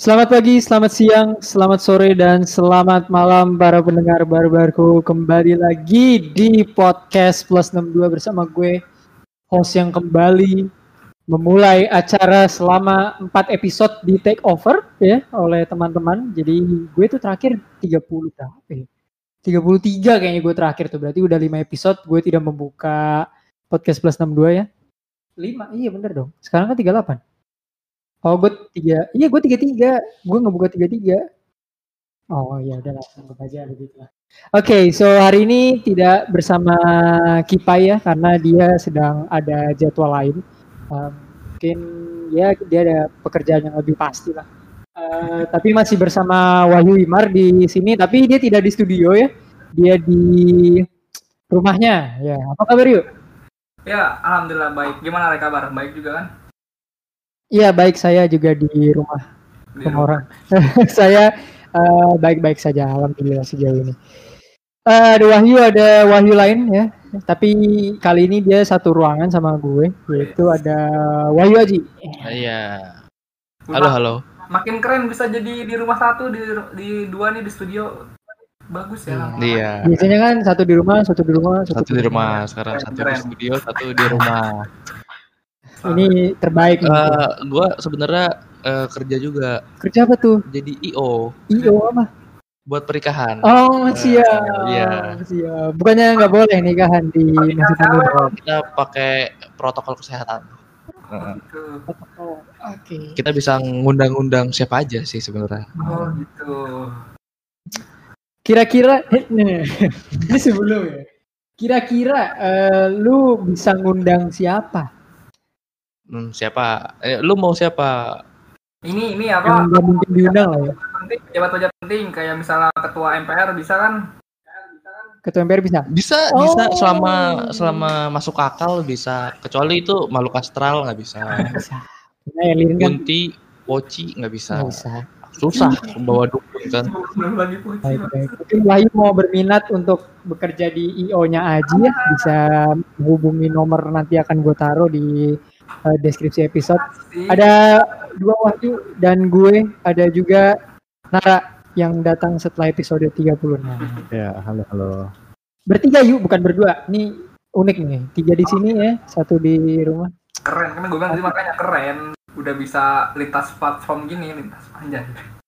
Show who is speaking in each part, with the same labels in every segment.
Speaker 1: Selamat pagi, selamat siang, selamat sore, dan selamat malam para pendengar baru-baruku. Kembali lagi di podcast Plus 62 bersama gue, host yang kembali memulai acara selama 4 episode di take over ya oleh teman-teman. Jadi gue tuh terakhir 30 berapa ya? 33 kayaknya gue terakhir tuh. Berarti udah 5 episode gue tidak membuka podcast Plus 62 ya. 5, iya bener dong. Sekarang kan 38. Oh, gue 33, gue ngebuka 33. Oh ya udah lah, anggap aja begitu lah. Oke, so hari ini tidak bersama Kipai ya, karena dia sedang ada jadwal lain. Mungkin ya dia ada pekerjaan yang lebih pasti lah. Tapi masih bersama Wahyu Wimar di sini, tapi dia tidak di studio ya. Dia di rumahnya. Ya, apa kabar yuk?
Speaker 2: Ya, alhamdulillah baik. Gimana kabar? Baik juga kan?
Speaker 1: Iya baik, saya juga di rumah orang. Saya baik-baik saja, alhamdulillah sejauh ini. Ada Wahyu lain ya, tapi kali ini dia satu ruangan sama gue, yaitu ada Wahyu Aji.
Speaker 3: Iya. Halo.
Speaker 2: Makin keren bisa jadi di rumah satu, di dua nih di studio. Bagus ya.
Speaker 3: Iya.
Speaker 1: Biasanya kan satu di rumah.
Speaker 3: Satu di rumah. Sekarang satu di studio, satu di rumah.
Speaker 1: Ini terbaik.
Speaker 3: Gue sebenarnya kerja juga.
Speaker 1: Kerja apa tuh?
Speaker 3: Jadi IO.
Speaker 1: IO apa?
Speaker 3: Buat pernikahan.
Speaker 1: Oh siap.
Speaker 3: Iya.
Speaker 1: Siap. Bukannya nggak boleh nikahan di masa pandemi?
Speaker 3: Kita pakai protokol kesehatan.
Speaker 1: Oke.
Speaker 3: Kita bisa ngundang-undang siapa aja sih sebenarnya.
Speaker 2: Oh gitu.
Speaker 1: Kira-kira ini sebelum ya. Kira-kira lu bisa ngundang siapa?
Speaker 3: Siapa? Lu mau siapa?
Speaker 2: Ini apa?
Speaker 1: Yang nggak mungkin diundang lah ya.
Speaker 2: Pejabat penting kayak misalnya ketua MPR bisa kan?
Speaker 1: Ketua MPR bisa?
Speaker 3: Bisa selama masuk akal bisa. Kecuali itu makhluk astral nggak bisa.
Speaker 1: Bisa. Nah, Lin kan
Speaker 3: Kunti, Poci nggak bisa.
Speaker 1: nggak bisa.
Speaker 3: Susah bawa dukun kan.
Speaker 1: Baik. Mungkin Wahyu mau berminat untuk bekerja di IO-nya Aji ya, bisa hubungi nomor nanti akan gue taruh di deskripsi episode. Ada dua Wahyu dan gue, ada juga Nara yang datang setelah episode 36.
Speaker 4: Ya, halo.
Speaker 1: Bertiga yuk, bukan berdua. Ini unik nih. 3 di sini ya, 1 di rumah.
Speaker 2: Keren, kan gue bilang tadi makanya keren. Udah bisa lintas platform gini, lintas panjang.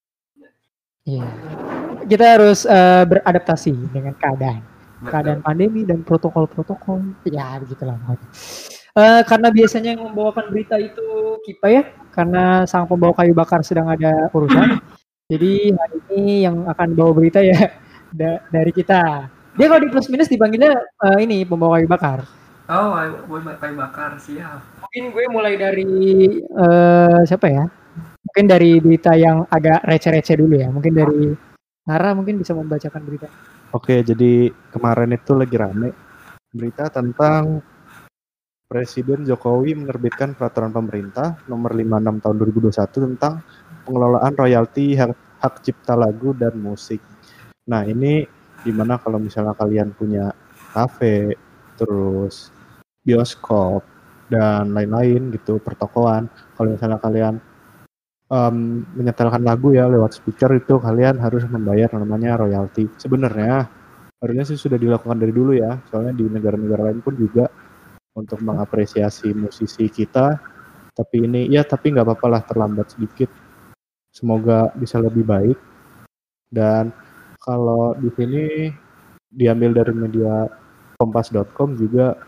Speaker 1: Iya. Kita harus beradaptasi dengan keadaan pandemi dan protokol-protokol. Ya, begitulah. Karena biasanya yang membawakan berita itu Kipa ya, karena sang pembawa kayu bakar sedang ada urusan. Jadi hari ini yang akan bawa berita ya dari kita. Dia kalau di plus minus dipanggilnya ini pembawa kayu bakar.
Speaker 2: Oh, kayu bakar, siap.
Speaker 1: Mungkin gue mulai dari siapa ya? Mungkin dari berita yang agak receh-receh dulu ya. Mungkin dari Nara mungkin bisa membacakan berita.
Speaker 4: Oke, jadi kemarin itu lagi rame berita tentang Presiden Jokowi menerbitkan peraturan pemerintah nomor 56 tahun 2021 tentang pengelolaan royalti hak cipta lagu dan musik. Nah, ini dimana kalau misalnya kalian punya kafe, terus bioskop, dan lain-lain gitu, pertokoan, kalau misalnya kalian menyetelkan lagu ya lewat speaker itu kalian harus membayar namanya royalti. Sebenarnya harusnya sih sudah dilakukan dari dulu ya, soalnya di negara-negara lain pun juga untuk mengapresiasi musisi kita. Tapi nggak apa-apa lah, terlambat sedikit. Semoga bisa lebih baik. Dan kalau di sini diambil dari media kompas.com juga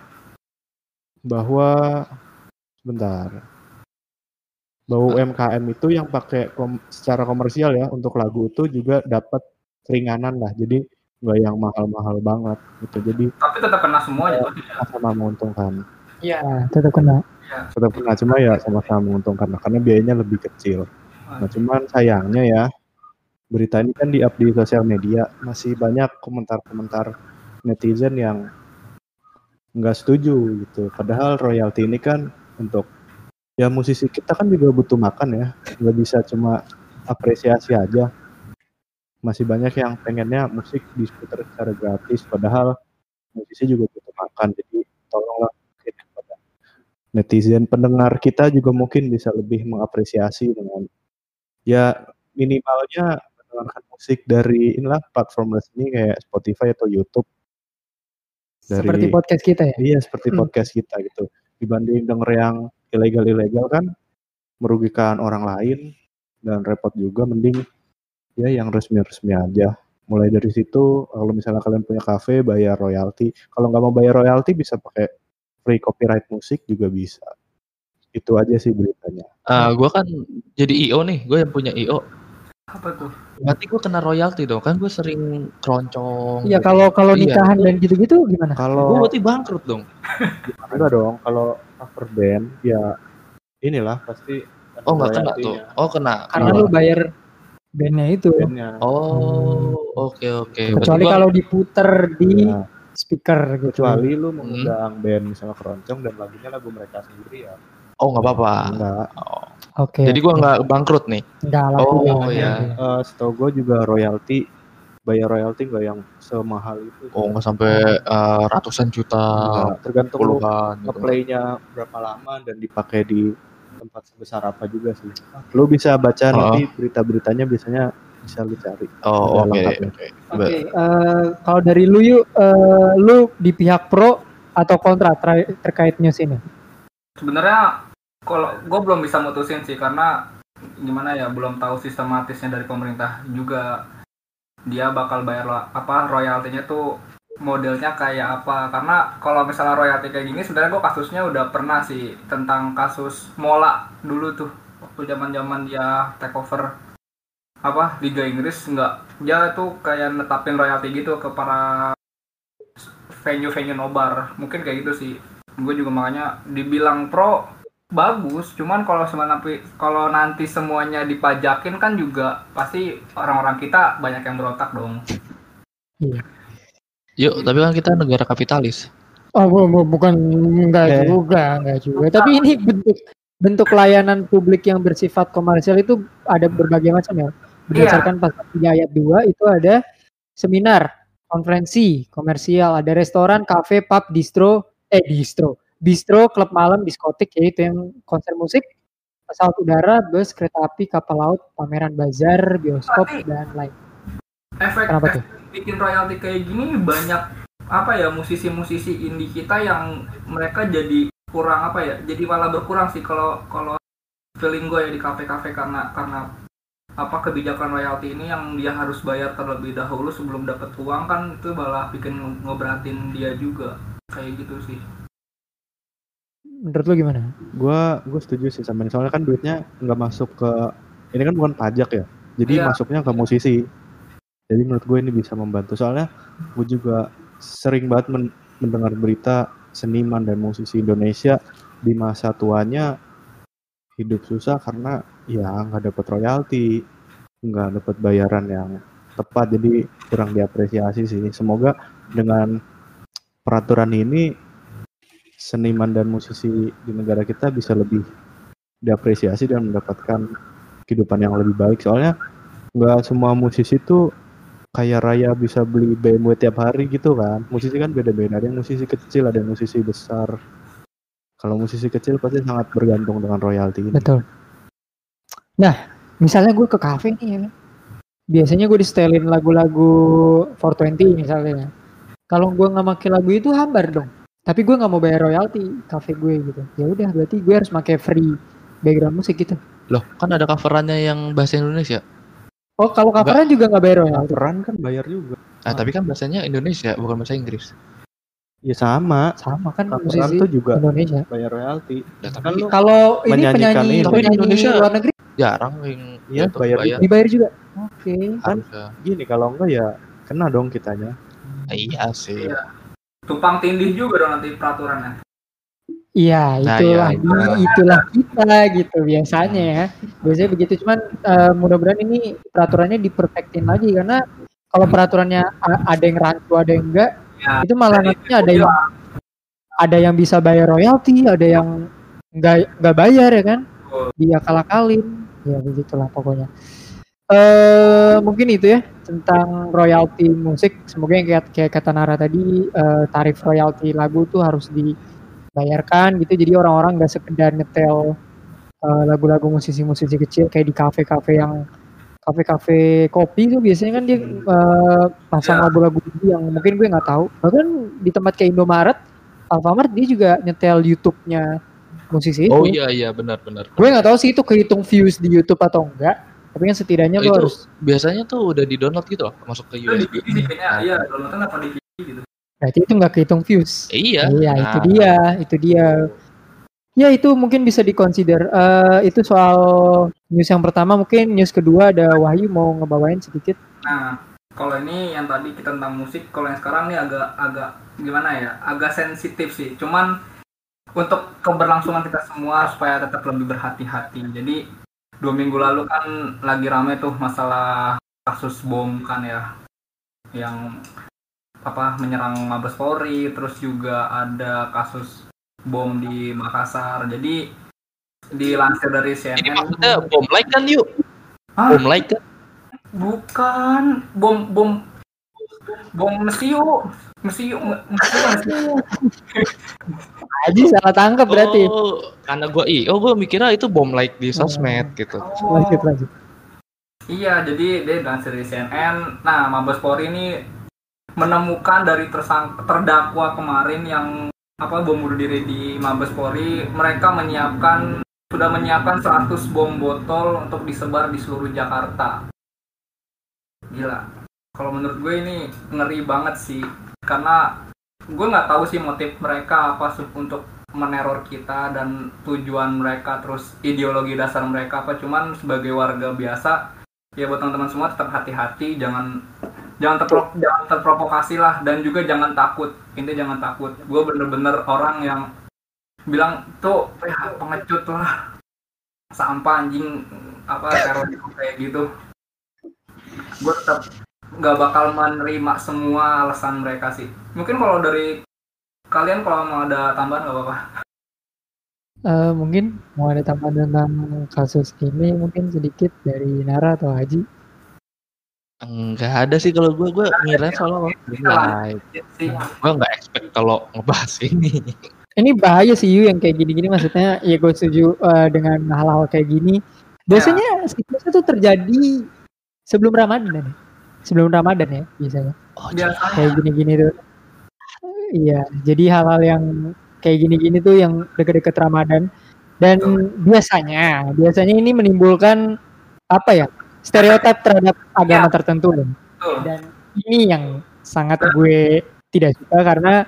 Speaker 4: bahwa UMKM itu yang pakai secara komersial ya untuk lagu itu juga dapat keringanan lah, jadi nggak yang mahal-mahal banget gitu. Jadi
Speaker 2: tapi tetap kena semua ya,
Speaker 4: sama menguntungkan.
Speaker 1: Iya, tetap kena.
Speaker 4: Cuma ya sama-sama menguntungkan karena biayanya lebih kecil. Nah, cuman sayangnya ya berita ini kan di-up di sosial media, masih banyak komentar-komentar netizen yang nggak setuju gitu. Padahal royalti ini kan untuk ya musisi kita kan juga butuh makan ya, nggak bisa cuma apresiasi aja. Masih banyak yang pengennya musik diputar secara gratis, padahal musisi juga butuh makan. Jadi tolonglah kepada netizen, pendengar kita juga mungkin bisa lebih mengapresiasi dengan ya minimalnya mendengarkan musik dari inilah platform resmi kayak Spotify atau YouTube.
Speaker 1: Seperti podcast kita ya.
Speaker 4: Iya, seperti podcast kita gitu. Dibanding denger yang ilegal kan merugikan orang lain dan repot juga, mending ya yang resmi-resmi aja. Mulai dari situ, kalau misalnya kalian punya kafe, bayar royalti. Kalau nggak mau bayar royalti, bisa pakai free copyright musik juga bisa. Itu aja sih beritanya.
Speaker 3: Gue kan jadi IO nih, gue yang punya IO.
Speaker 2: Apa tuh?
Speaker 3: Berarti gue kena royalti dong, kan gue sering keroncong.
Speaker 1: Iya, kalau
Speaker 3: Iya.
Speaker 1: nikahan dan gitu-gitu gimana?
Speaker 3: Gue
Speaker 4: Kalau
Speaker 3: berarti bangkrut dong.
Speaker 4: enggak dong, kalau cover band ya inilah pasti
Speaker 3: Oh nggak kena tuh.
Speaker 4: royaltinya.
Speaker 3: Oh kena.
Speaker 1: Karena lu bayar bandnya itu.
Speaker 4: Bandnya.
Speaker 3: Oh oke.
Speaker 1: Kecuali kalau diputer di
Speaker 4: Ya,
Speaker 1: speaker gitu.
Speaker 4: kecuali lu mengundang band misalnya keroncong dan lagunya lagu mereka sendiri ya.
Speaker 3: Oh nggak apa-apa.
Speaker 4: Enggak.
Speaker 1: Oke.
Speaker 3: Jadi gue nggak bangkrut nih.
Speaker 1: enggak lah.
Speaker 3: Oh,
Speaker 1: jangan,
Speaker 3: iya.
Speaker 1: jangan.
Speaker 4: Setahu gue juga royalti, bayar royalti nggak yang semahal itu.
Speaker 3: Oh nggak sampai ratusan juta,
Speaker 4: Enggak, tergantung lu
Speaker 3: puluhan. Gitu.
Speaker 4: nge-playnya berapa lama dan dipakai di tempat sebesar apa juga sih. Lu bisa baca nanti berita-beritanya, biasanya bisa lu cari.
Speaker 3: Oh
Speaker 4: Ada
Speaker 3: oke.
Speaker 4: lengkapnya.
Speaker 1: Oke, kalau dari lu yuk, lu di pihak pro atau kontra terkait news ini?
Speaker 2: Sebenarnya kalau gue belum bisa mutusin sih, karena gimana ya, belum tahu sistematisnya dari pemerintah juga, dia bakal bayar royaltinya tuh modelnya kayak apa. Karena kalau misalnya royalti kayak gini, sebenarnya gue kasusnya udah pernah sih, tentang kasus Mola dulu tuh, waktu zaman dia take over Liga Inggris. Dia tuh kayak netapin royalti gitu ke para venue nobar, mungkin kayak gitu sih. Gue juga makanya dibilang pro bagus, cuman kalau nanti semuanya dipajakin kan juga pasti orang-orang kita banyak yang berotak dong.
Speaker 1: Iya.
Speaker 3: Yuk, tapi kan kita negara kapitalis.
Speaker 1: Oh, bukan enggak juga. Tapi ini bentuk layanan publik yang bersifat komersial itu ada berbagai macam ya. Berdasarkan pasal 3 ayat 2 itu ada seminar, konferensi, komersial, ada restoran, kafe, pub, bistro, klub malam, diskotik, yaitu yang konser musik, pesawat udara, bus, kereta api, kapal laut, pameran bazar, bioskop, dan lain.
Speaker 2: Efek bikin royalti kayak gini banyak musisi-musisi indie kita yang mereka jadi kurang jadi malah berkurang sih kalau feeling gue ya di kafe-kafe, karena kebijakan royalti ini yang dia harus bayar terlebih dahulu sebelum dapat uang, kan itu malah bikin ngeberatin dia juga kayak gitu sih.
Speaker 1: Menurut lu gimana?
Speaker 4: Gue setuju sih sama ini, soalnya kan duitnya nggak masuk ke, ini kan bukan pajak ya, jadi masuknya ke musisi. Jadi menurut gue ini bisa membantu, soalnya gue juga sering banget mendengar berita seniman dan musisi Indonesia di masa tuanya hidup susah karena ya nggak dapat royalti, nggak dapat bayaran yang tepat, jadi kurang diapresiasi sih. Semoga dengan peraturan ini seniman dan musisi di negara kita bisa lebih diapresiasi dan mendapatkan kehidupan yang lebih baik. Soalnya nggak semua musisi tuh kaya raya bisa beli BMW tiap hari gitu kan. Musisi kan beda-beda, ada yang musisi kecil, ada yang musisi besar. Kalau musisi kecil pasti sangat bergantung dengan royalti ini.
Speaker 1: Betul. Nah, misalnya gue ke kafe nih ya, biasanya gue disetelin lagu-lagu 420 misalnya. Kalau gue nggak pakai lagu itu hambar dong. Tapi gue nggak mau bayar royalti kafe gue gitu. Ya udah, berarti gue harus pakai free background musik gitu.
Speaker 3: Loh, kan ada coverannya yang bahasa Indonesia.
Speaker 1: Oh, kalau coveran juga nggak bayar royalti?
Speaker 4: Coveran kan bayar juga.
Speaker 3: Tapi kan bahasanya Indonesia, bukan bahasa Inggris.
Speaker 4: Ya sama
Speaker 1: kan
Speaker 4: coveran
Speaker 1: musisi
Speaker 4: tuh juga
Speaker 1: Indonesia.
Speaker 4: bayar royalti.
Speaker 3: Ya,
Speaker 4: Kan lu
Speaker 1: Kalau ini
Speaker 4: menyanyikan
Speaker 1: penyanyi
Speaker 4: ini.
Speaker 3: Tapi di Indonesia
Speaker 1: luar negeri
Speaker 3: jarang yang
Speaker 4: Iya,
Speaker 3: itu
Speaker 4: bayar
Speaker 3: bayar.
Speaker 1: dibayar juga. Oke.
Speaker 4: Kan
Speaker 3: Harusnya.
Speaker 4: gini, kalau enggak ya kena dong kitanya.
Speaker 3: Iya sih.
Speaker 2: Tumpang tindih juga dong nanti peraturannya.
Speaker 1: Iya,
Speaker 3: Nah,
Speaker 1: itulah kita gitu biasanya ya. Biasanya begitu, cuman mudah-mudahan ini peraturannya diperfektin lagi, karena kalau peraturannya ada yang rancu, ada yang enggak,
Speaker 2: Ya,
Speaker 1: itu malah nantinya ada yang bisa bayar royalti, ada yang enggak bayar ya kan? Dia akal-akalin. Ya begitulah pokoknya. Mungkin itu ya tentang royalti musik. Semoga yang kayak kata Nara tadi, tarif royalti lagu tuh harus dibayarkan gitu, jadi orang-orang nggak sekedar nyetel lagu-lagu musisi-musisi kecil kayak di kafe-kafe yang kafe-kafe kopi tuh biasanya kan dia pasang lagu-lagu yang mungkin gue nggak tahu. Bahkan di tempat kayak Indomaret, Alfamart dia juga nyetel YouTube-nya musisi itu.
Speaker 3: Oh iya benar.
Speaker 1: Gue nggak tahu sih itu kehitung views di YouTube atau enggak. Tapi kan setidaknya lo
Speaker 3: itu
Speaker 1: harus.
Speaker 3: biasanya tuh udah di download gitu loh, masuk ke
Speaker 2: Itu
Speaker 3: USB.
Speaker 2: DVD kayaknya, iya downloadan apa DVD gitu.
Speaker 1: Berarti itu nggak kehitung views.
Speaker 3: Iya.
Speaker 1: Iya
Speaker 3: Nah.
Speaker 1: itu dia. Ya itu mungkin bisa dikonsider. Itu soal news yang pertama. Mungkin news kedua ada Wahyu mau ngebawain sedikit.
Speaker 2: Nah, kalau ini yang tadi kita tentang musik, kalau yang sekarang nih agak gimana ya? Agak sensitif sih. Cuman untuk keberlangsungan kita semua supaya tetap lebih berhati-hati. Jadi 2 minggu lalu kan lagi rame tuh masalah kasus bom kan ya, yang menyerang Mabes Polri, terus juga ada kasus bom di Makassar. Jadi dilansir dari CNN.
Speaker 3: Ini maksudnya bom like kan yuk?
Speaker 2: Hah?
Speaker 3: Bom like kan?
Speaker 2: Bukan bom mesiu.
Speaker 1: Aji salah tangkap berarti.
Speaker 3: Oh, karena gue mikirnya itu bom like di sosmed gitu.
Speaker 1: Lanjut.
Speaker 2: Iya, jadi dia dilansir dari CNN. Nah, Mabes Polri ini menemukan dari terdakwa kemarin yang bom bunuh diri di Mabes Polri, mereka sudah menyiapkan 100 bom botol untuk disebar di seluruh Jakarta. Gila. Kalau menurut gue ini ngeri banget sih, karena gue nggak tahu sih motif mereka apa untuk meneror kita dan tujuan mereka, terus ideologi dasar mereka apa. Cuman sebagai warga biasa, ya buat teman-teman semua tetap hati-hati, jangan terprovokasi lah, dan juga jangan takut. Intinya jangan takut. Gue bener-bener orang yang bilang tuh pengecut lah, sampah anjing, teror kayak gitu. Gue tetap nggak bakal menerima semua alasan mereka sih. Mungkin kalau dari kalian kalau mau ada tambahan nggak apa-apa.
Speaker 1: Mungkin mau ada tambahan tentang kasus ini mungkin sedikit dari Nara atau Haji.
Speaker 3: Enggak ada sih kalau gue ngira soalnya live. Gue nggak expect kalau ngebahas ini.
Speaker 1: Ini bahaya sih Yu yang kayak gini-gini, maksudnya ya gue setuju dengan hal-hal kayak gini. Biasanya siklusnya tuh terjadi sebelum Ramadan ya. Sebelum Ramadan ya biasanya.
Speaker 3: Oh,
Speaker 1: kayak gini-gini tuh. Iya, jadi hal-hal yang kayak gini-gini tuh yang deket-deket Ramadan, dan biasanya ini menimbulkan stereotip terhadap agama tertentu loh. Dan ini yang sangat gue tidak suka karena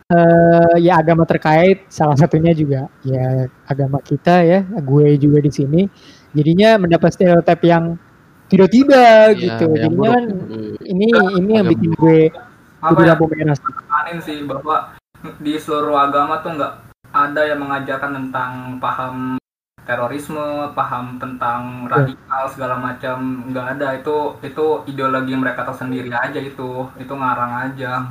Speaker 1: ya agama terkait, salah satunya juga ya agama kita ya, gue juga di sini jadinya mendapat stereotip yang tiba-tiba gitu. Jadinya kan ini yang bikin gue lampu merah
Speaker 2: sih, bahwa di seluruh agama tuh nggak ada yang mengajarkan tentang paham terorisme, paham tentang radikal segala macam, nggak ada. Itu ideologi mereka tersendiri aja, itu ngarang aja.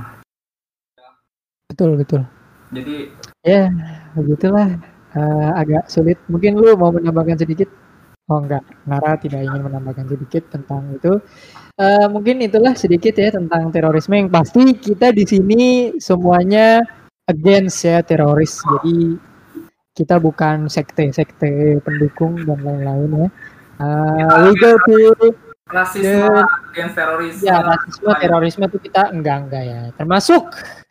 Speaker 1: Betul.
Speaker 2: Jadi
Speaker 1: ya begitulah, agak sulit. Mungkin lu mau menambahkan sedikit? Oh enggak, Nara tidak ingin menambahkan sedikit tentang itu. Mungkin itulah sedikit ya tentang terorisme. Yang pasti kita di sini semuanya against ya teroris. Jadi kita bukan sekte pendukung dan lain-lain ya. We go to
Speaker 2: rasisme against terorisme.
Speaker 1: Ya, rasisme, terorisme itu kita enggak ya. Termasuk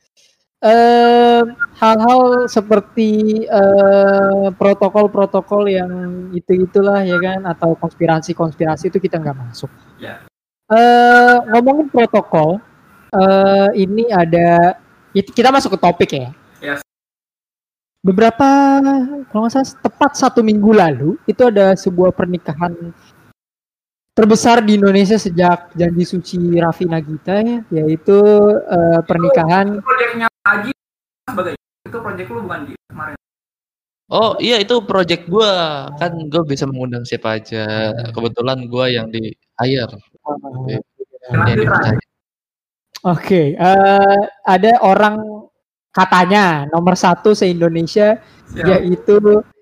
Speaker 1: hal-hal seperti protokol yang itulah ya kan, atau konspirasi itu kita nggak masuk. Ngomongin protokol, ini ada kita masuk ke topik ya. Beberapa, kalau nggak salah tepat 1 minggu lalu itu ada sebuah pernikahan terbesar di Indonesia sejak Janji Suci Raffi Nagita ya, yaitu pernikahan.
Speaker 2: Proyeknya Haji sebagai itu proyek lu bukan di kemarin?
Speaker 3: Oh iya, itu proyek gue, kan gue bisa mengundang siapa aja. Kebetulan gue yang di hire.
Speaker 1: Oke, ada orang katanya nomor 1 se-Indonesia, yaitu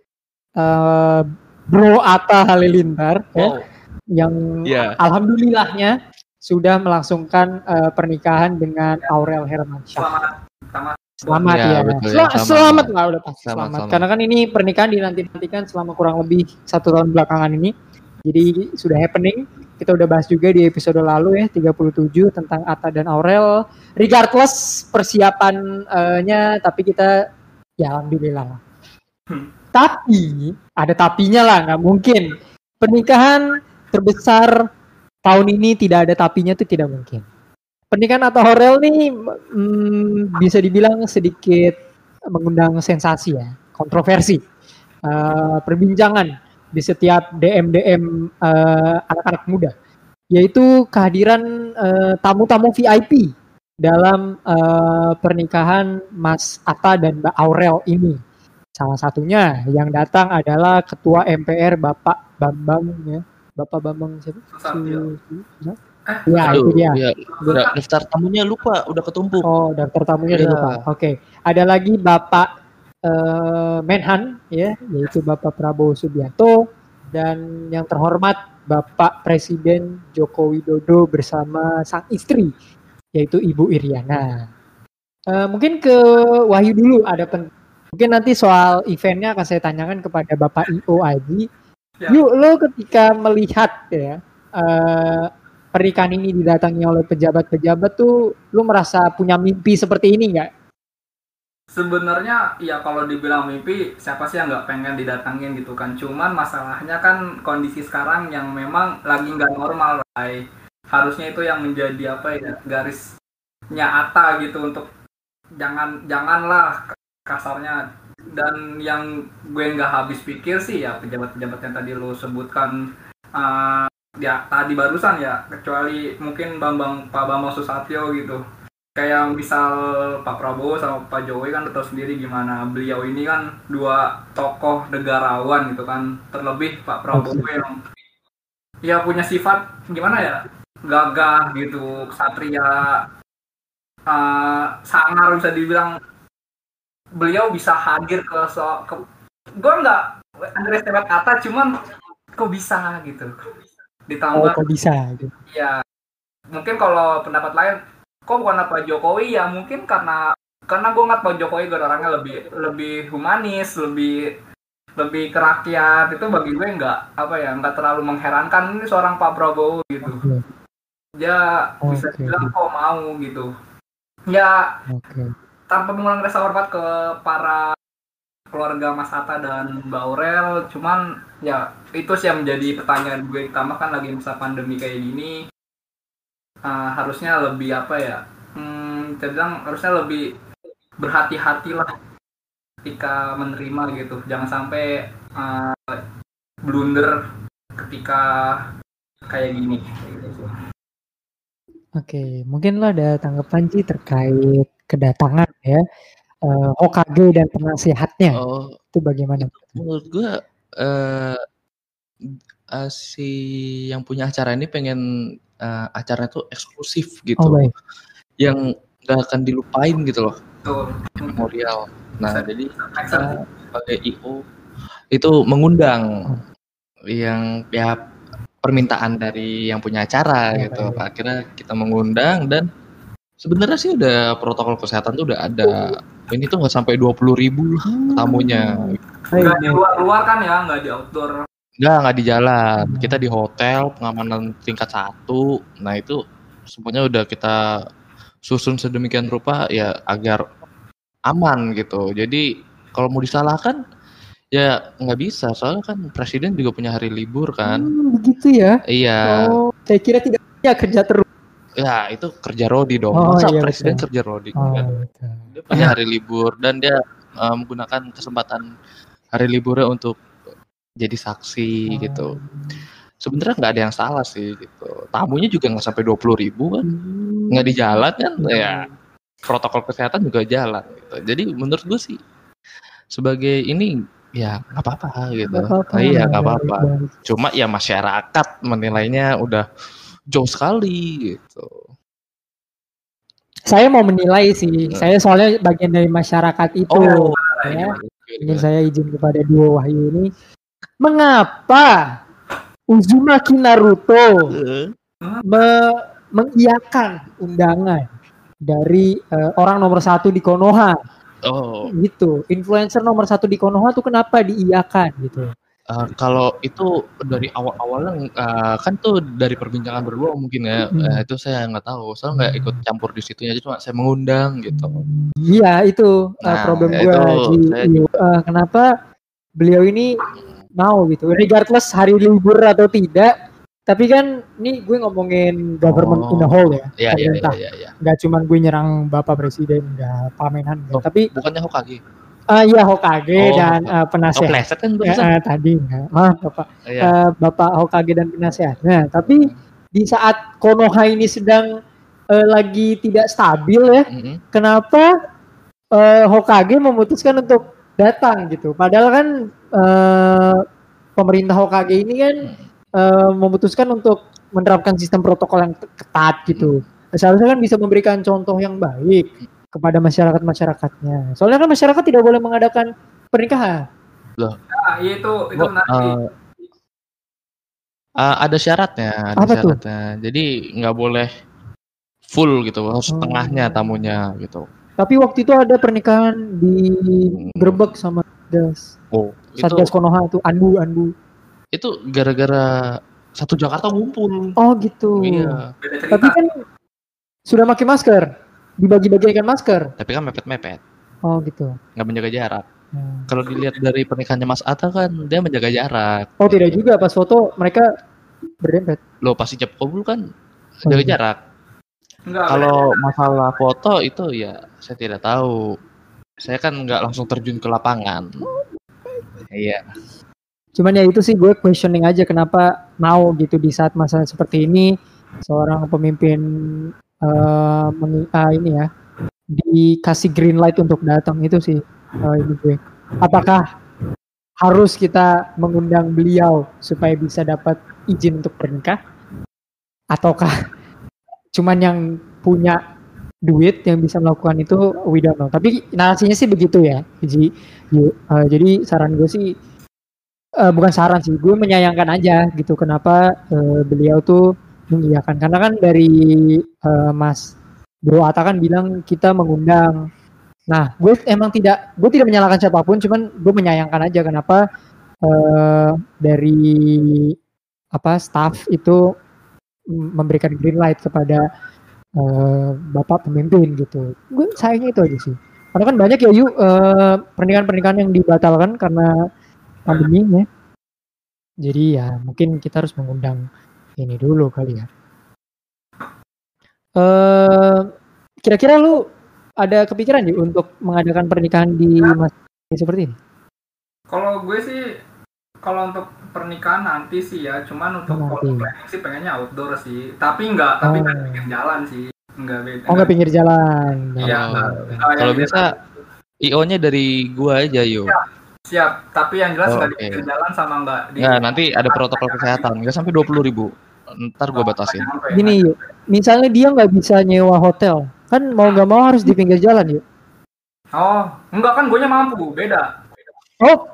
Speaker 1: Bro Atta Halilintar yang alhamdulillahnya sudah melangsungkan pernikahan dengan Aurel Hermansyah. Selamat ya. Selamat lah, udah pasti selamat. Karena kan ini pernikahan dinanti-nantikan selama kurang lebih 1 tahun belakangan ini. Jadi sudah happening. Kita udah bahas juga di episode lalu ya 37 tentang Atta dan Aurel. Regardless persiapannya, tapi kita ya alhamdulillah. Tapi ada tapinya lah, nggak mungkin pernikahan terbesar tahun ini tidak ada tapinya tuh tidak mungkin. Pernikahan Atta Aurel nih bisa dibilang sedikit mengundang sensasi ya, kontroversi, perbincangan di setiap DM anak-anak muda, yaitu kehadiran tamu-tamu VIP dalam pernikahan Mas Atta dan Mbak Aurel ini. Salah satunya yang datang adalah Ketua MPR Bapak Bambang ya, Bapak Bambang siapa? Ya itu dia.
Speaker 3: Ya, daftar tamunya lupa, udah ketumpuk.
Speaker 1: Oh, daftar tamunya udah lupa. Oke. Ada lagi Bapak Menhan ya, yaitu Bapak Prabowo Subianto, dan yang terhormat Bapak Presiden Joko Widodo bersama sang istri yaitu Ibu Iriana. Mungkin ke Wahyu dulu, mungkin nanti soal eventnya akan saya tanyakan kepada Bapak I.O. Aji. Yuk, lo ketika melihat ya pernikahan ini didatangi oleh pejabat-pejabat tuh, lo merasa punya mimpi seperti ini nggak?
Speaker 2: Sebenarnya ya kalau dibilang mimpi, siapa sih yang nggak pengen didatangin gitu kan. Cuman masalahnya kan kondisi sekarang yang memang lagi nggak normal, Ray. Harusnya itu yang menjadi apa ya, garisnya Atta gitu, untuk janganlah kasarnya. Dan yang gue nggak habis pikir sih ya pejabat-pejabat yang tadi lo sebutkan ya tadi barusan ya, kecuali mungkin Pak Bambang Susatyo gitu. Kayak misal Pak Prabowo sama Pak Jokowi kan tahu sendiri gimana beliau ini kan dua tokoh negarawan gitu kan, terlebih Pak Prabowo yang ya punya sifat gimana ya, gagah gitu, ksatria, sangar, bisa dibilang beliau bisa hadir gue nggak underestimate Atta, cuman kok bisa gitu, ditambah
Speaker 1: kok bisa gitu.
Speaker 2: Ya mungkin kalau pendapat lain kok bukan Pak Jokowi, ya mungkin karena gue ngeliat Pak Jokowi orangnya lebih humanis, lebih ke rakyat. Itu bagi gue nggak terlalu mengherankan ini seorang Pak Prabowo gitu. Dia bisa bilang kok mau gitu ya, tanpa mengurangi rasa hormat ke para keluarga Mas Atta dan Mbak Aurel. Cuman ya itu sih yang menjadi pertanyaan gue, ditambah kan lagi masa pandemi kayak gini. Harusnya lebih harusnya lebih berhati-hati lah ketika menerima gitu, jangan sampai blunder ketika kayak gini.
Speaker 1: Oke, mungkin lo ada tanggapan sih terkait kedatangan ya Hokage dan penasihatnya. Itu bagaimana?
Speaker 3: Menurut gue si yang punya acara ini pengen acaranya tuh eksklusif gitu, yang nggak akan dilupain gitu loh, memorial. Nah jadi kita sebagai IO itu mengundang yang ya permintaan dari yang punya acara gitu. Akhirnya kita mengundang, dan sebenarnya sih udah protokol kesehatan tuh udah ada. Ini tuh nggak sampai 20.000 tamunya.
Speaker 2: Nggak di luar kan ya, nggak di outdoor.
Speaker 3: Nggak di jalan. Kita di hotel, pengamanan tingkat 1. Nah itu semuanya udah kita susun sedemikian rupa ya agar aman gitu. Jadi kalau mau disalahkan ya nggak bisa, soalnya kan presiden juga punya hari libur kan.
Speaker 1: Begitu ya?
Speaker 3: Iya.
Speaker 1: Saya kira tidak punya kerja terus.
Speaker 3: Ya itu kerja Rodi dong. Masa presiden kerja Rodi? Dia punya hari libur, dan dia menggunakan kesempatan hari liburnya untuk jadi saksi gitu. Sebenarnya nggak ada yang salah sih gitu. Tamunya juga nggak sampai 20.000 kan, nggak di jalan kan, ya protokol kesehatan juga jalan gitu. Jadi menurut gue sih sebagai ini ya nggak apa-apa gitu. Iya nggak apa-apa. Cuma ya masyarakat menilainya udah jauh sekali gitu.
Speaker 1: Saya mau menilai sih. Saya soalnya bagian dari masyarakat itu. Ingin saya izin kepada duo Wahyu ini. Mengapa Uzumaki Naruto mengiyakan undangan dari orang nomor 1 di Konoha? Gitu. Influencer nomor 1 di Konoha tuh kenapa diiyakan gitu?
Speaker 3: Kalau itu dari awal-awalnya kan tuh dari perbincangan berdua mungkin ya, itu saya nggak tahu, soalnya nggak ikut campur di situnya aja, cuma saya mengundang gitu.
Speaker 1: Iya itu
Speaker 3: Nah,
Speaker 1: problem
Speaker 3: itu
Speaker 1: gue di
Speaker 3: saya
Speaker 1: kenapa beliau ini mau gitu, regardless hari libur atau tidak. Tapi kan ini gue ngomongin government in the whole ya, pemerintah.
Speaker 3: Iya.
Speaker 1: Nggak cuma gue nyerang Bapak Presiden, nggak pamenan. Tapi
Speaker 3: bukannya Hokage?
Speaker 1: iya Hokage dan penasehat.
Speaker 3: Pleset kan barusan.
Speaker 1: Tadi enggak. Maaf Bapak.
Speaker 3: Iya.
Speaker 1: Bapak Hokage dan penasehat. Nah, tapi di saat Konoha ini sedang lagi tidak stabil ya, kenapa Hokage memutuskan untuk datang gitu? Padahal kan pemerintah Hokage ini kan memutuskan untuk menerapkan sistem protokol yang ketat gitu. Seharusnya kan bisa memberikan contoh yang baik kepada masyarakatnya. Soalnya kan masyarakat tidak boleh mengadakan pernikahan.
Speaker 3: Loh.
Speaker 2: Nah, itu nanti.
Speaker 3: Ada syaratnya, syaratnya. Jadi nggak boleh full gitu, harus setengahnya tamunya gitu.
Speaker 1: Tapi waktu itu ada pernikahan di Grebek sama Satgas. Satgas Konoha itu Anbu. Itu
Speaker 3: gara-gara satu Jakarta ngumpul.
Speaker 1: Oh gitu.
Speaker 3: Iya.
Speaker 1: Tapi kan sudah pakai masker, dibagi-bagikan masker.
Speaker 3: Tapi kan mepet-mepet.
Speaker 1: Oh gitu.
Speaker 3: Nggak menjaga jarak. Kalau dilihat dari pernikahannya Mas Atta kan dia menjaga jarak.
Speaker 1: Oh tidak juga, pas foto mereka berdempet.
Speaker 3: Loh pas ijab kabul kan jaga jarak. Kalau masalah foto itu ya saya tidak tahu. Saya kan nggak langsung terjun ke lapangan. Iya.
Speaker 1: Cuman ya itu sih gue questioning aja kenapa mau gitu di saat masa seperti ini seorang pemimpin ini ya dikasih green light untuk datang itu sih ini gue. Apakah harus kita mengundang beliau supaya bisa dapat izin untuk bernikah? Ataukah cuman yang punya duit yang bisa melakukan itu, we don't know. Tapi narasinya sih begitu ya. Jadi saran gue sih bukan saran sih, gue menyayangkan aja gitu kenapa beliau tuh mengiyakan, karena kan dari Mas Bro Atta kan bilang kita mengundang. Nah, gue tidak menyalahkan siapapun, cuman gue menyayangkan aja kenapa dari staff itu memberikan green light kepada Bapak pemimpin gitu. Gue sayangnya itu aja sih. Karena kan banyak ya pernikahan-pernikahan yang dibatalkan karena pandemi ya. Jadi ya mungkin kita harus mengundang ini dulu kali ya. Kira-kira lu ada kepikiran nih untuk mengadakan pernikahan di masa seperti ini?
Speaker 2: Kalau gue sih kalau untuk pernikahan nanti sih ya, cuman untuk planning sih pengennya outdoor sih. Tapi enggak pinggir jalan sih. Enggak
Speaker 1: pinggir jalan.
Speaker 2: Iya.
Speaker 3: Kalau bisa IO-nya dari gua aja yuk.
Speaker 2: Siap, tapi yang jelas nggak di pinggir jalan sama nggak di...
Speaker 3: Nggak, nanti ada protokol kesehatan, nggak sampai 20.000. Ntar gue batasin.
Speaker 1: Gini yuk, misalnya dia nggak bisa nyewa hotel, kan mau nggak mau harus di pinggir jalan yuk.
Speaker 2: Oh, enggak kan, gue nya mampu, beda.
Speaker 1: Oh,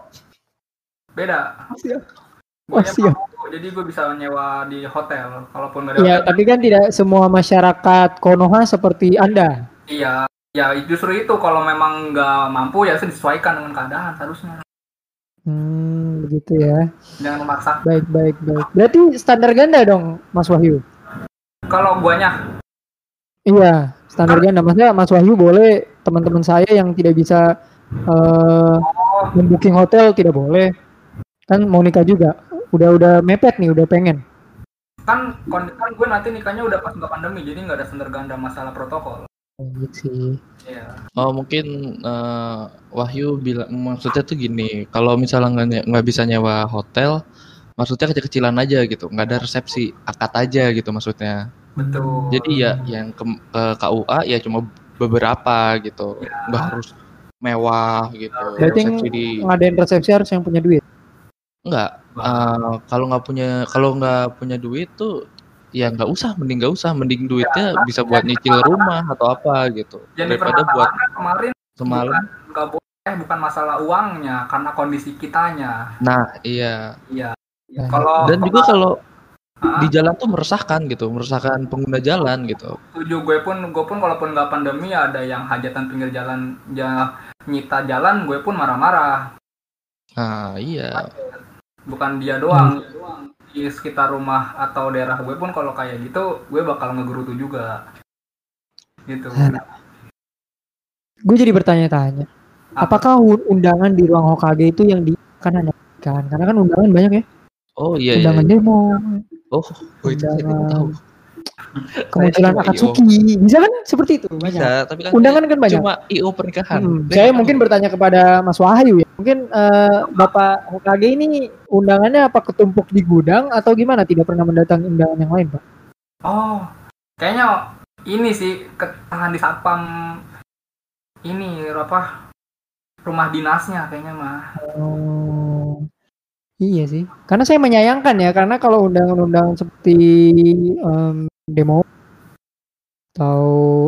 Speaker 2: beda.
Speaker 1: Siap.
Speaker 2: Mampu, jadi gue bisa nyewa di hotel, kalaupun nggak ada.
Speaker 1: Iya, tapi kan tidak semua masyarakat Konoha seperti Anda.
Speaker 2: Iya. Ya justru itu, kalau memang nggak mampu ya disesuaikan dengan keadaan harusnya.
Speaker 1: Begitu ya.
Speaker 2: Jangan memaksa.
Speaker 1: Baik. Berarti standar ganda dong, Mas Wahyu?
Speaker 2: Kalau guanya?
Speaker 1: Iya, standar ganda. Maksudnya Mas Wahyu boleh, teman-teman saya yang tidak bisa membooking hotel tidak boleh. Kan mau nikah juga. Udah mepet nih, udah pengen.
Speaker 2: Kan gue nanti nikahnya udah pas nggak pandemi, jadi nggak ada standar ganda masalah protokol.
Speaker 1: Gitu.
Speaker 2: Yeah.
Speaker 3: Oh mungkin Wahyu bilang maksudnya tuh gini, kalau misalnya nggak bisa nyewa hotel, maksudnya kecil-kecilan aja gitu, nggak ada resepsi, akad aja gitu maksudnya.
Speaker 2: Betul.
Speaker 3: Jadi ya yang ke KUA ya cuma beberapa gitu, nggak harus mewah gitu.
Speaker 1: Berarti ngadain resepsi harus yang punya duit?
Speaker 3: Enggak, kalau nggak punya duit tuh ya mending duitnya bisa buat nyicil rumah atau apa gitu.
Speaker 2: Jadi
Speaker 3: daripada buat
Speaker 2: kemarin
Speaker 3: semalam
Speaker 2: nggak boleh, bukan masalah uangnya, karena kondisi kitanya.
Speaker 3: Nah iya. Dan juga kalau di jalan tuh meresahkan pengguna jalan gitu.
Speaker 2: Setuju, gue pun walaupun nggak pandemi ada yang hajatan pinggir jalan nyita jalan, gue pun marah-marah.
Speaker 3: Nah iya.
Speaker 2: bukan dia doang. Di sekitar rumah atau daerah gue pun kalau kayak gitu gue bakal ngegerutu juga gitu.
Speaker 1: Gue jadi bertanya-tanya, apakah undangan di ruang Hokage itu yang kan hanya kan? Karena kan undangan banyak ya.
Speaker 3: Oh iya.
Speaker 1: Undangan demo.
Speaker 3: Oh, itu saya tidak tahu.
Speaker 1: Kemunculan Akatsuki, bisa kan seperti itu?
Speaker 3: Bisa,
Speaker 1: banyak.
Speaker 3: tapi kan
Speaker 1: undangan kan banyak.
Speaker 3: Cuma IO pernikahan.
Speaker 1: Saya mungkin bertanya kepada Mas Wahyu ya. Mungkin Bapak Hokage ini undangannya apa ketumpuk di gudang atau gimana? Tidak pernah mendatangi undangan yang lain, Pak?
Speaker 2: Oh, kayaknya ini sih ketahan di satpam ini apa? Rumah dinasnya kayaknya mah.
Speaker 1: Oh. Iya sih, karena saya menyayangkan ya, karena kalau undangan-undangan seperti demo atau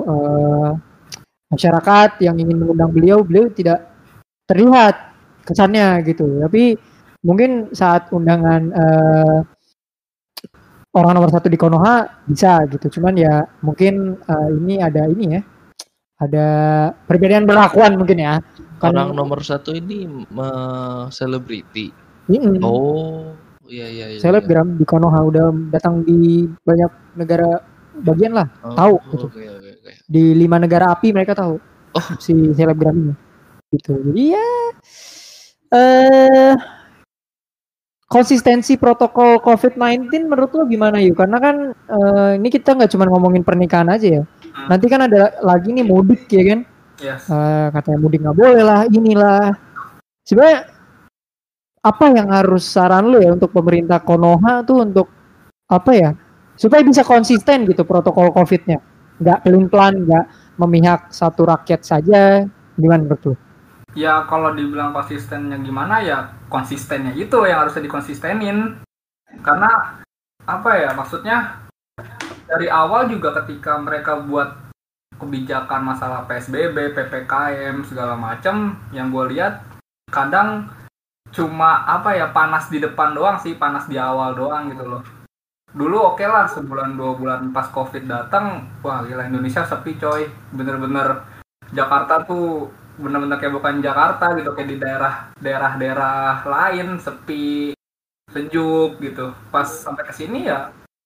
Speaker 1: masyarakat yang ingin mengundang beliau tidak terlihat kesannya gitu. Tapi mungkin saat undangan orang nomor 1 di Konoha bisa gitu. Cuman ya mungkin ini ada perbedaan perlakuan mungkin ya.
Speaker 3: Orang nomor 1 ini selebriti. Oh, iya.
Speaker 1: Selebgram di Konoha udah datang di banyak negara bagian lah, tahu gitu.
Speaker 3: Okay.
Speaker 1: Di 5 negara api mereka tahu. Si selebgram ini. Gitu. Jadi ya konsistensi protokol COVID-19 menurut lo gimana yuk? Karena kan ini kita nggak cuma ngomongin pernikahan aja ya. Nanti kan ada lagi nih mudik ya kan?
Speaker 2: Yes.
Speaker 1: Katanya mudik nggak boleh lah, inilah. Sebenarnya apa yang harus saran lu ya untuk pemerintah Konoha tuh untuk apa ya supaya bisa konsisten gitu protokol COVID-nya, nggak pelin-pelan, nggak memihak satu rakyat saja, gimana menurut lu?
Speaker 2: Ya kalau dibilang konsistennya gimana ya konsistennya itu yang harusnya dikonsistenin karena apa ya maksudnya dari awal juga ketika mereka buat kebijakan masalah PSBB, PPKM segala macam yang gue lihat kadang cuma apa ya panas di depan doang sih, panas di awal doang gitu loh. Dulu oke lah sebulan 2 bulan pas COVID datang, wah gila Indonesia sepi coy, bener-bener Jakarta tuh bener-bener kayak bukan Jakarta gitu, kayak di daerah-daerah lain sepi, sejuk gitu. Pas sampai ke sini ya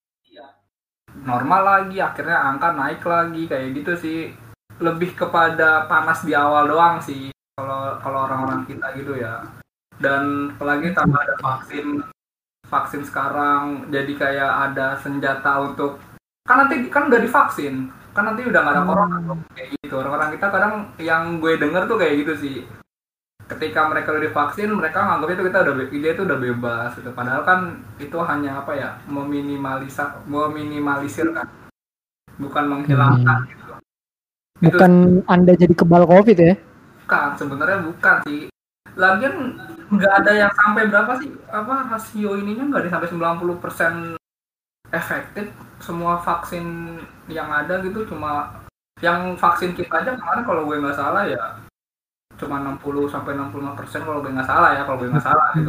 Speaker 2: normal lagi, akhirnya angka naik lagi kayak gitu sih. Lebih kepada panas di awal doang sih kalau orang-orang kita gitu ya. Dan apalagi tambah ada vaksin sekarang jadi kayak ada senjata untuk kan nanti kan udah divaksin kan nanti udah nggak ada corona kayak gitu. Orang-orang kita kadang yang gue denger tuh kayak gitu sih, ketika mereka udah divaksin mereka nganggap dia itu udah bebas gitu. Padahal kan itu hanya apa ya meminimalisir kan, bukan menghilangkan gitu.
Speaker 1: Bukan Anda jadi kebal COVID ya?
Speaker 2: Bukan, sebenarnya bukan sih. Lagian nggak ada yang sampai berapa sih rasio ininya nggak ada sampai 90% efektif semua vaksin yang ada gitu. Cuma yang vaksin kita aja kemarin kalau gue nggak salah ya cuma 60-65% kalau gue nggak salah gitu.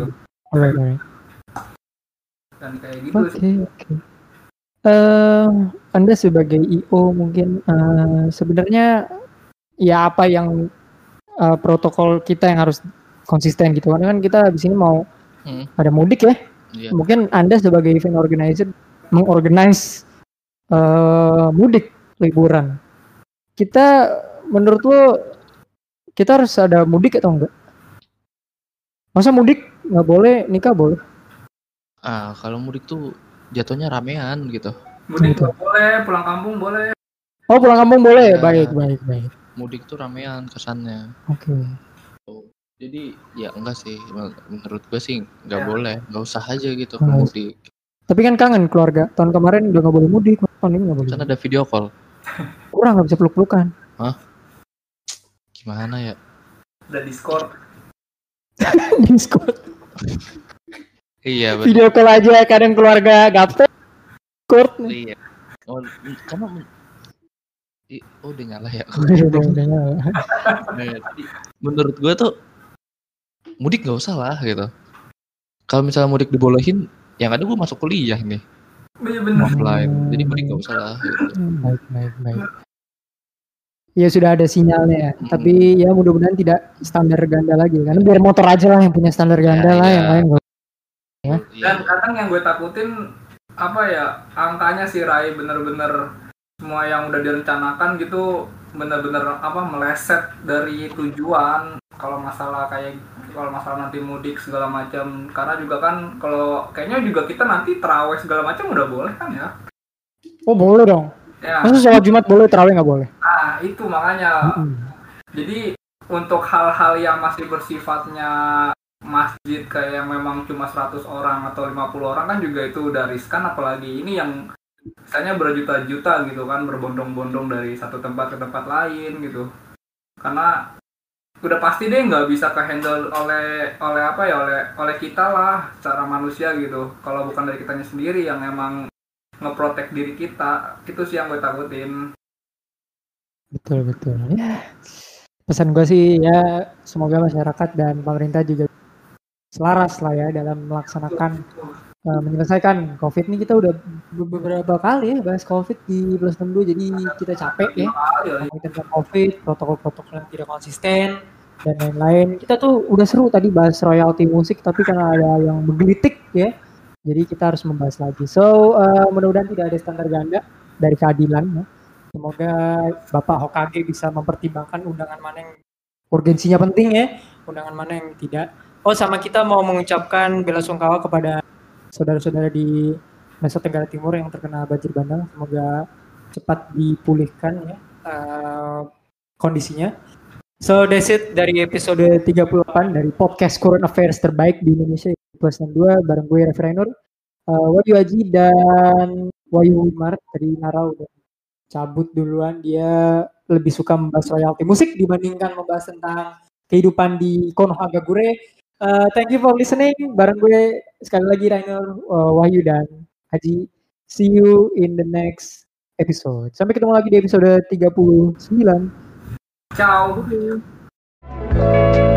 Speaker 2: Dan kayak gitu sih.
Speaker 1: Anda sebagai IO mungkin sebenarnya ya apa yang protokol kita yang harus konsisten gitu, karena kan kita di sini mau ada mudik ya. Yeah. Mungkin Anda sebagai event organizer mengorganize mudik liburan. Kita menurut lo kita harus ada mudik atau enggak? Masa mudik nggak boleh, nikah boleh?
Speaker 3: Kalau mudik tuh jatuhnya ramean gitu.
Speaker 2: Mudik gitu. Boleh, pulang kampung boleh.
Speaker 1: Oh, pulang kampung boleh. Ya, baik.
Speaker 3: Mudik tuh ramean kesannya.
Speaker 1: Oke.
Speaker 3: Jadi ya enggak sih, menurut gue sih nggak boleh, nggak usah aja gitu mudik.
Speaker 1: Tapi kan kangen keluarga. Tahun kemarin udah nggak boleh mudik, tahun ini nggak boleh.
Speaker 3: Kan ada video call.
Speaker 1: Kurang nggak bisa peluk-pelukan.
Speaker 3: Hah? Gimana ya?
Speaker 2: Ada Discord.
Speaker 1: Discord.
Speaker 3: Iya.
Speaker 1: Video call aja kadang keluarga gaptek. Discord.
Speaker 3: Iya. Oh, karena udah nyala ya.
Speaker 1: Udah nyala.
Speaker 3: Menurut gue tuh mudik nggak usah lah gitu. Kalau misalnya mudik dibolehin, yang ada gue masuk kuliah nih.
Speaker 2: Bener.
Speaker 3: Offline. Jadi mudik nggak usah lah. Gitu.
Speaker 1: Baik. Ya sudah ada sinyalnya ya. Tapi ya mudah-mudahan tidak standar ganda lagi. Karena biar motor aja lah yang punya standar ganda lah, yang lain Ya.
Speaker 2: Dan kadang yang gue takutin apa ya, angkanya sih Rai, bener-bener semua yang udah direncanakan gitu bener-bener apa meleset dari tujuan. Kalau masalah nanti mudik segala macam, karena juga kan kalau kayaknya juga kita nanti terawih segala macam udah boleh kan ya?
Speaker 1: Oh boleh dong.
Speaker 2: Ya.
Speaker 1: Masa sholat Jumat boleh, terawih nggak boleh?
Speaker 2: Nah itu makanya. Jadi untuk hal-hal yang masih bersifatnya masjid kayak yang memang cuma 100 orang atau 50 orang kan juga itu udah riskan, apalagi ini yang misalnya berjuta-juta gitu kan, berbondong-bondong dari satu tempat ke tempat lain gitu. Karena udah pasti deh nggak bisa kehandle oleh kita lah secara manusia gitu. Kalau bukan dari kitanya sendiri yang emang ngeprotek diri kita, itu sih yang gue takutin.
Speaker 1: Betul. Ya. Pesan gue sih ya semoga masyarakat dan pemerintah juga selaras lah ya dalam melaksanakan menyelesaikan COVID ini. Kita udah beberapa kali ya bahas COVID di Plus 62, jadi kita capek ya ngomongin tentang COVID, protokol-protokol yang tidak konsisten dan lain-lain. Kita tuh udah seru tadi bahas royalti musik, tapi karena ada yang menggelitik ya, jadi kita harus membahas lagi. So mudah-mudahan tidak ada standar ganda dari keadilan ya. Semoga Bapak Hokage bisa mempertimbangkan undangan mana yang urgensinya penting ya, undangan mana yang tidak. Oh, sama kita mau mengucapkan bela sungkawa kepada saudara-saudara di Nusa Tenggara Timur yang terkena banjir bandang. Semoga cepat dipulihkan ya kondisinya. So that's it dari episode 38 dari podcast Current Affairs terbaik di Indonesia Plus 62 bareng gue Raffi Rainur, Wahyu Haji dan Wahyu Wimar. Tadi Nara udah cabut duluan, dia lebih suka membahas royalti musik dibandingkan membahas tentang kehidupan di Konohagakure. Thank you for listening. Bareng gue sekali lagi Rainer, Wahyu dan Haji. See you in the next episode. Sampai ketemu lagi di episode 39.
Speaker 2: Ciao.